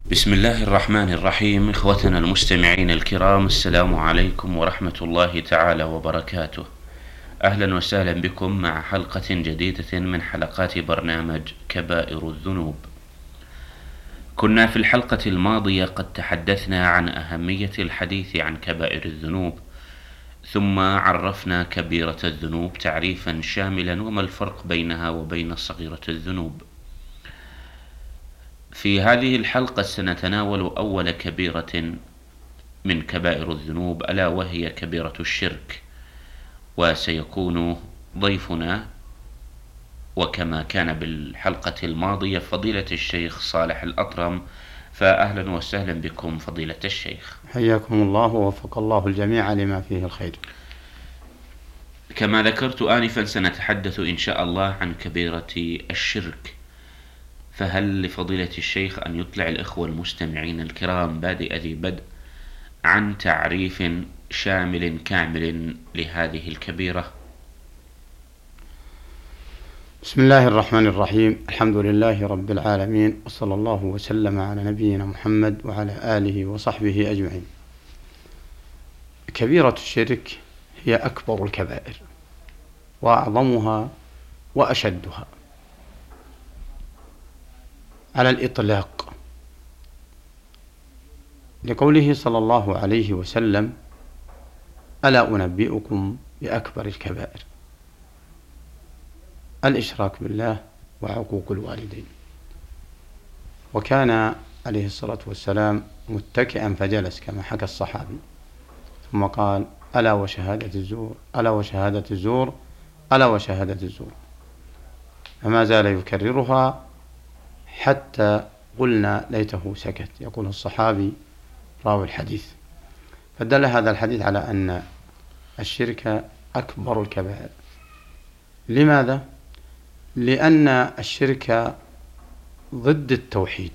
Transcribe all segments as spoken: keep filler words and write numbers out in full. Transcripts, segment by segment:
بسم الله الرحمن الرحيم. إخوتنا المستمعين الكرام، السلام عليكم ورحمة الله تعالى وبركاته. أهلا وسهلا بكم مع حلقة جديدة من حلقات برنامج كبائر الذنوب. كنا في الحلقة الماضية قد تحدثنا عن أهمية الحديث عن كبائر الذنوب، ثم عرفنا كبيرة الذنوب تعريفا شاملا وما الفرق بينها وبين صغيرة الذنوب. في هذه الحلقة سنتناول أول كبيرة من كبائر الذنوب، ألا وهي كبيرة الشرك، وسيكون ضيفنا وكما كان بالحلقة الماضية فضيلة الشيخ صالح الأطرم. فأهلا وسهلا بكم فضيلة الشيخ. حياكم الله ووفق الله الجميع لما فيه الخير. كما ذكرت آنفا سنتحدث إن شاء الله عن كبيرة الشرك، فهل لفضيلة الشيخ أن يطلع الإخوة المستمعين الكرام بادئ ذي بدء عن تعريف شامل كامل لهذه الكبيرة؟ بسم الله الرحمن الرحيم. الحمد لله رب العالمين، وصلى الله وسلم على نبينا محمد وعلى آله وصحبه أجمعين. كبيرة الشرك هي أكبر الكبائر وأعظمها وأشدها على الإطلاق، لقوله صلى الله عليه وسلم: ألا أنبئكم بأكبر الكبائر؟ الإشراك بالله وعقوق الوالدين. وكان عليه الصلاة والسلام متكئا فجلس كما حكى الصحابي، ثم قال: ألا وشهادة الزور، ألا وشهادة الزور، ألا وشهادة الزور، فما زال يكررها حتى قلنا ليته سكت. يقول الصحابي راوي الحديث. فدل هذا الحديث على أن الشرك أكبر الكبائر. لماذا؟ لأن الشرك ضد التوحيد،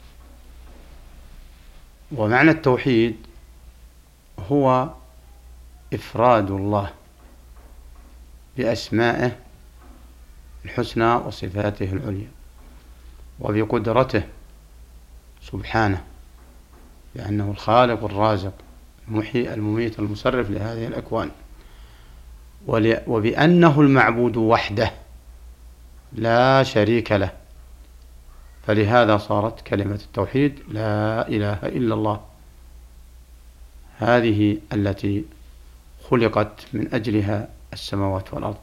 ومعنى التوحيد هو إفراد الله بأسمائه الحسنى وصفاته العليا، وبقدرته سبحانه، لأنه الخالق الرازق المحيي المميت المصرف لهذه الأكوان، وبأنه المعبود وحده لا شريك له. فلهذا صارت كلمة التوحيد لا إله إلا الله، هذه التي خلقت من أجلها السماوات والأرض،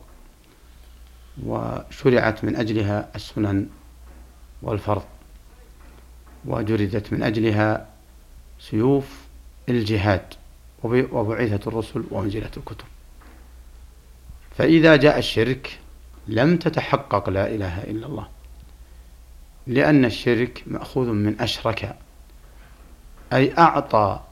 وشرعت من أجلها السنن والفرض، وجردت من أجلها سيوف الجهاد، وبعثت الرسل وأنزلت الكتب. فإذا جاء الشرك لم تتحقق لا إله إلا الله، لأن الشرك مأخوذ من أشرك، أي أعطى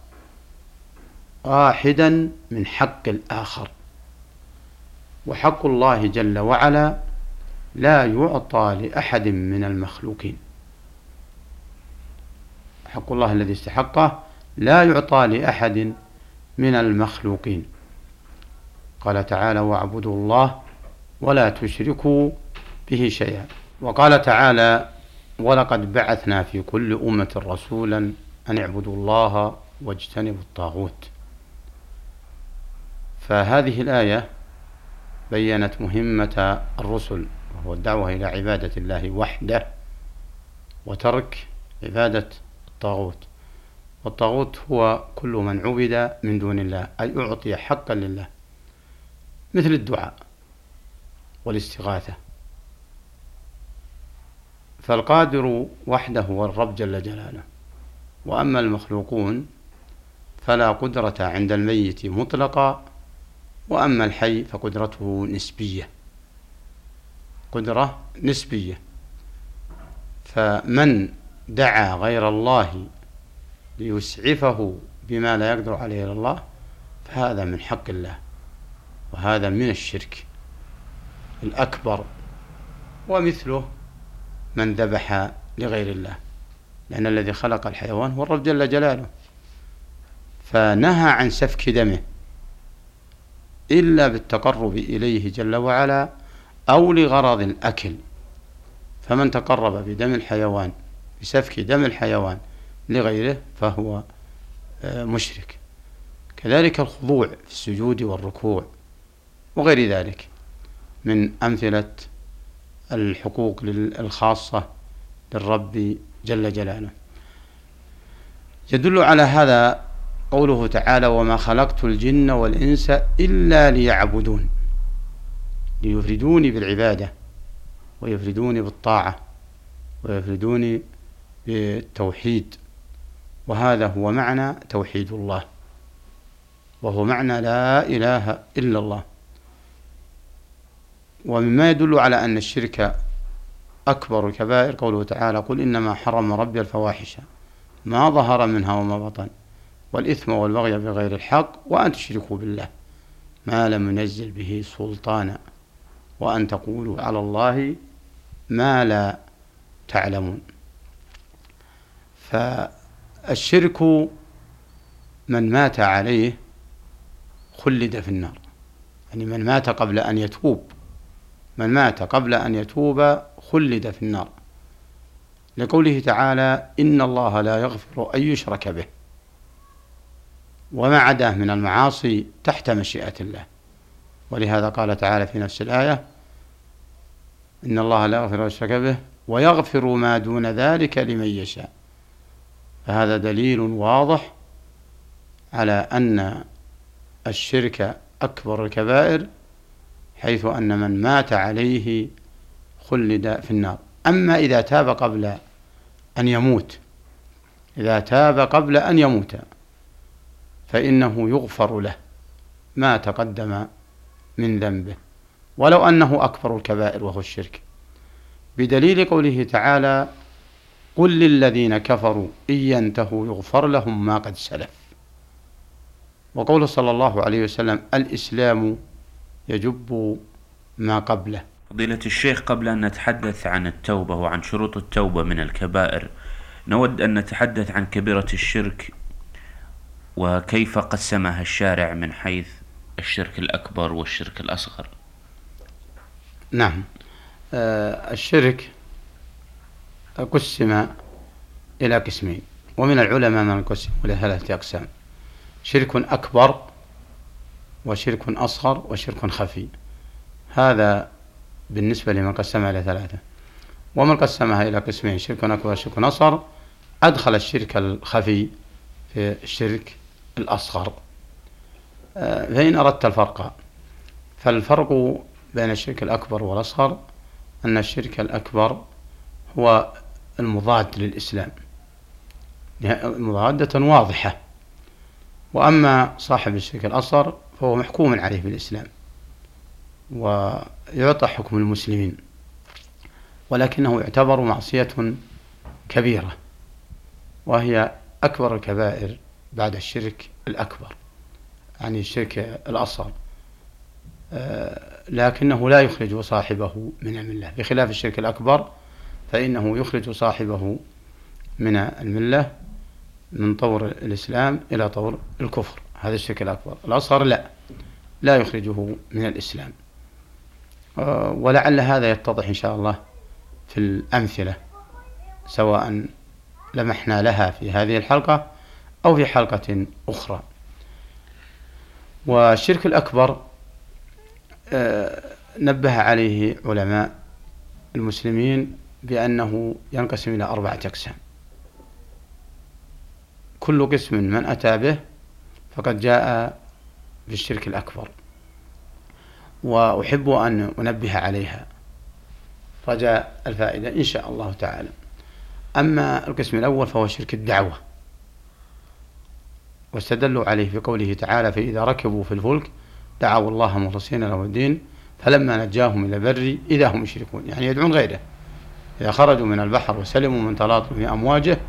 واحدا من حق الآخر، وحق الله جل وعلا لا يعطى لأحد من المخلوقين. حق الله الذي استحقه لا يعطى لأحد من المخلوقين. قال تعالى: واعبدوا الله ولا تشركوا به شيئا. وقال تعالى: ولقد بعثنا في كل أمة رسولا أن اعبدوا الله واجتنبوا الطاغوت. فهذه الآية بيّنت مهمة الرسل، وهو الدعوة إلى عبادة الله وحده وترك عبادة الطاغوت. والطاغوت هو كل من عبد من دون الله، أي أعطي حقا لله، مثل الدعاء والاستغاثة. فالقادر وحده هو الرب جل جلاله، وأما المخلوقون فلا قدرة عند الميت مطلقا، وأما الحي فقدرته نسبية، قدرة نسبية. فمن دعا غير الله ليسعفه بما لا يقدر عليه إلا الله فهذا من حق الله، وهذا من الشرك الأكبر. ومثله من ذبح لغير الله، لأن الذي خلق الحيوان هو الرب جل جلاله، فنهى عن سفك دمه إلا بالتقرب إليه جل وعلا أو لغرض الأكل. فمن تقرب بدم الحيوان، بسفك دم الحيوان لغيره فهو مشرك. كذلك الخضوع في السجود والركوع وغير ذلك من أمثلة الحقوق الخاصة للرب جل جلاله. يدل على هذا قوله تعالى: وما خلقت الجن والإنس إلا ليعبدون، ليفردوني بالعبادة ويفردوني بالطاعة ويفردوني بالتوحيد، وهذا هو معنى توحيد الله، وهو معنى لا إله إلا الله. ومما يدل على أن الشرك أكبر الكبائر قوله تعالى: قل إنما حرم ربي الفواحش ما ظهر منها وما بطن والإثم والبغي بغير الحق وأن تشركوا بالله ما لم ينزل به سلطانا وأن تقولوا على الله ما لا تعلمون. فالشرك من مات عليه خلد في النار، يعني من مات قبل أن يتوب من مات قبل أن يتوب خلد في النار، لقوله تعالى: إن الله لا يغفر أن يشرك به وما عداه من المعاصي تحت مشيئة الله. ولهذا قال تعالى في نفس الآية: إن الله لا يغفر أن يشرك به ويغفر ما دون ذلك لمن يشاء. فهذا دليل واضح على أن الشرك أكبر الكبائر، حيث أن من مات عليه خلد في النار. أما إذا تاب قبل أن يموت إذا تاب قبل أن يموت فإنه يغفر له ما تقدم من ذنبه ولو أنه أكبر الكبائر وهو الشرك، بدليل قوله تعالى: قل للذين كفروا إن ينتهوا يغفر لهم ما قد سلف. وقوله صلى الله عليه وسلم: الإسلام يجب ما قبله. فضيلة الشيخ، قبل أن نتحدث عن التوبة وعن شروط التوبة من الكبائر، نود أن نتحدث عن كبيرة الشرك وكيف قسمها الشارع من حيث الشرك الأكبر والشرك الأصغر. نعم، آه الشرك قسم إلى قسمين، ومن العلماء من قسم إلى ثلاثة أقسام: شرك أكبر وشرك أصغر وشرك خفي. هذا بالنسبة لمن قسمها إلى ثلاثة. ومن قسمها إلى قسمين: شرك أكبر وشرك أصغر، أدخل الشرك الخفي في الشرك الأصغر. فإن أردت الفرق، فالفرق بين الشرك الأكبر والأصغر أن الشرك الأكبر هو المضاد للإسلام مضادة واضحة، وأما صاحب الشرك الأصغر فهو محكوم عليه بالإسلام ويعطى حكم المسلمين، ولكنه يعتبر معصية كبيرة، وهي أكبر الكبائر بعد الشرك الأكبر، يعني الشرك الأصغر، لكنه لا يخرج صاحبه من الملة، بخلاف الشرك الأكبر فإنه يخرج صاحبه من الملة من طور الإسلام إلى طور الكفر. هذا الشرك الأكبر. الأصغر لا لا يخرجه من الإسلام. ولعل هذا يتضح إن شاء الله في الأمثلة، سواء لمحنا لها في هذه الحلقة أو في حلقة أخرى. والشرك الأكبر نبه عليه علماء المسلمين بأنه ينقسم إلى أربعة أقسام، كل قسم من أتى به فقد جاء بالشرك الأكبر، وأحب أن أنبه عليها رجاء الفائدة إن شاء الله تعالى. أما القسم الأول فهو شرك الدعوة، واستدلوا عليه في قوله تعالى: فإذا ركبوا في الفلك دعوا الله مخلصين له الدين فلما نجاهم إلى البر إذا هم يشركون، يعني يدعون غيره. إذا خرجوا من البحر وسلموا من تلاطم أمواجه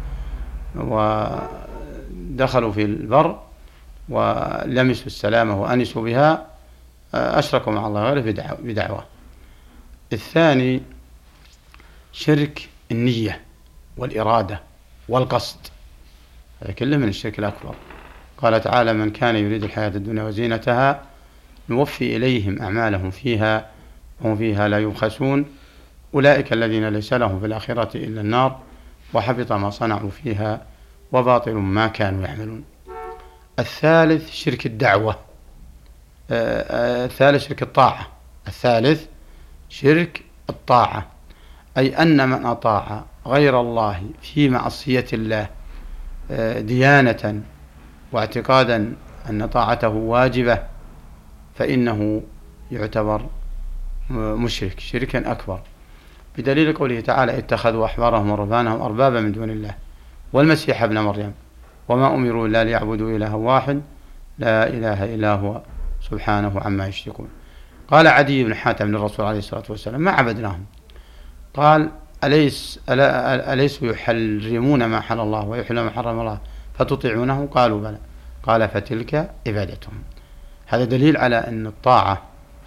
ودخلوا في البر ولمسوا السلامة وأنسوا بها، أشركوا مع الله غيره بدعوة. الثاني شرك النية والإرادة والقصد، هذا كله من الشرك الأكبر. قال تعالى: من كان يريد الحياة الدنيا وزينتها نوفي إليهم أعمالهم فيها وهم فيها لا يبخسون أولئك الذين ليس لهم في الآخرة إلا النار وحبط ما صنعوا فيها وباطل ما كانوا يعملون. الثالث شرك الدعوة، الثالث شرك الطاعة الثالث شرك الطاعة، أي أن من أطاع غير الله في معصية الله ديانة واعتقادا أن طاعته واجبة فإنه يعتبر مشرك شركا أكبر، بدليل قوله تعالى: اتخذوا أحبارهم ورهبانهم أربابا من دون الله والمسيح ابن مريم وما أمروا إلا ليعبدوا إلها واحد لا إله إلا هو سبحانه عما يشركون. قال عدي بن حاتم للرسول عليه الصلاة والسلام: ما عبدناهم. قال: أليس أليسوا يحرمون ما حل الله ويحلون ما حرم الله فتطيعونه؟ قالوا: بلى. قال: فتلك عبادتهم. هذا دليل على أن الطاعة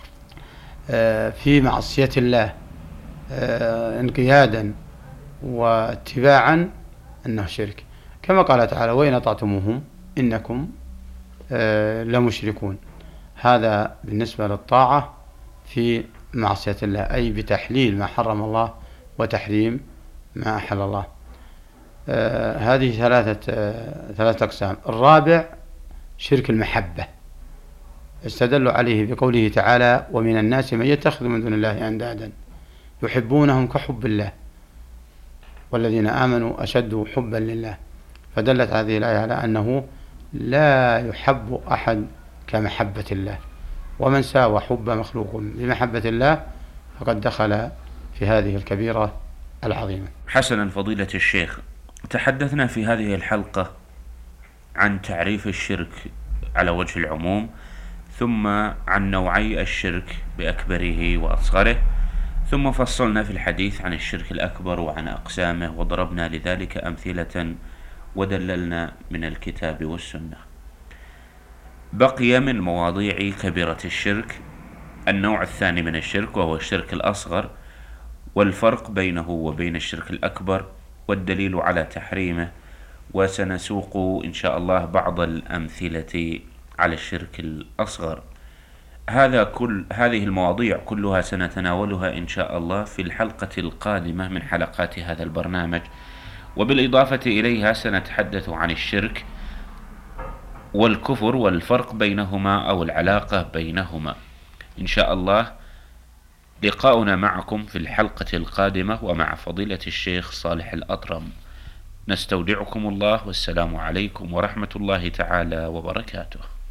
في معصية الله انقيادا واتباعا أنه شرك، كما قال تعالى: وإن أطعتموهم إنكم لمشركون. هذا بالنسبة للطاعة في معصية الله، أي بتحليل ما حرم الله وتحريم ما أحل الله. آه هذه ثلاثة آه ثلاثة أقسام. الرابع شرك المحبة، استدلوا عليه بقوله تعالى: ومن الناس من يتخذ من دون الله أندادا يحبونهم كحب الله والذين آمنوا أشد حبا لله. فدلت هذه الآية على أنه لا يحب أحد كمحبة الله، ومن ساوى حب مخلوق بمحبة الله فقد دخل في هذه الكبيرة العظيمة. حسنا فضيلة الشيخ، تحدثنا في هذه الحلقة عن تعريف الشرك على وجه العموم، ثم عن نوعي الشرك بأكبره وأصغره، ثم فصلنا في الحديث عن الشرك الأكبر وعن أقسامه، وضربنا لذلك أمثلة ودللنا من الكتاب والسنة. بقي من مواضيع كبيرة الشرك النوع الثاني من الشرك، وهو الشرك الأصغر، والفرق بينه وبين الشرك الأكبر والدليل على تحريمه، وسنسوق إن شاء الله بعض الأمثلة على الشرك الأصغر. هذا كل هذه المواضيع كلها سنتناولها إن شاء الله في الحلقة القادمة من حلقات هذا البرنامج، وبالإضافة إليها سنتحدث عن الشرك والكفر والفرق بينهما أو العلاقة بينهما إن شاء الله. لقاؤنا معكم في الحلقة القادمة ومع فضيلة الشيخ صالح الأطرم. نستودعكم الله، والسلام عليكم ورحمة الله تعالى وبركاته.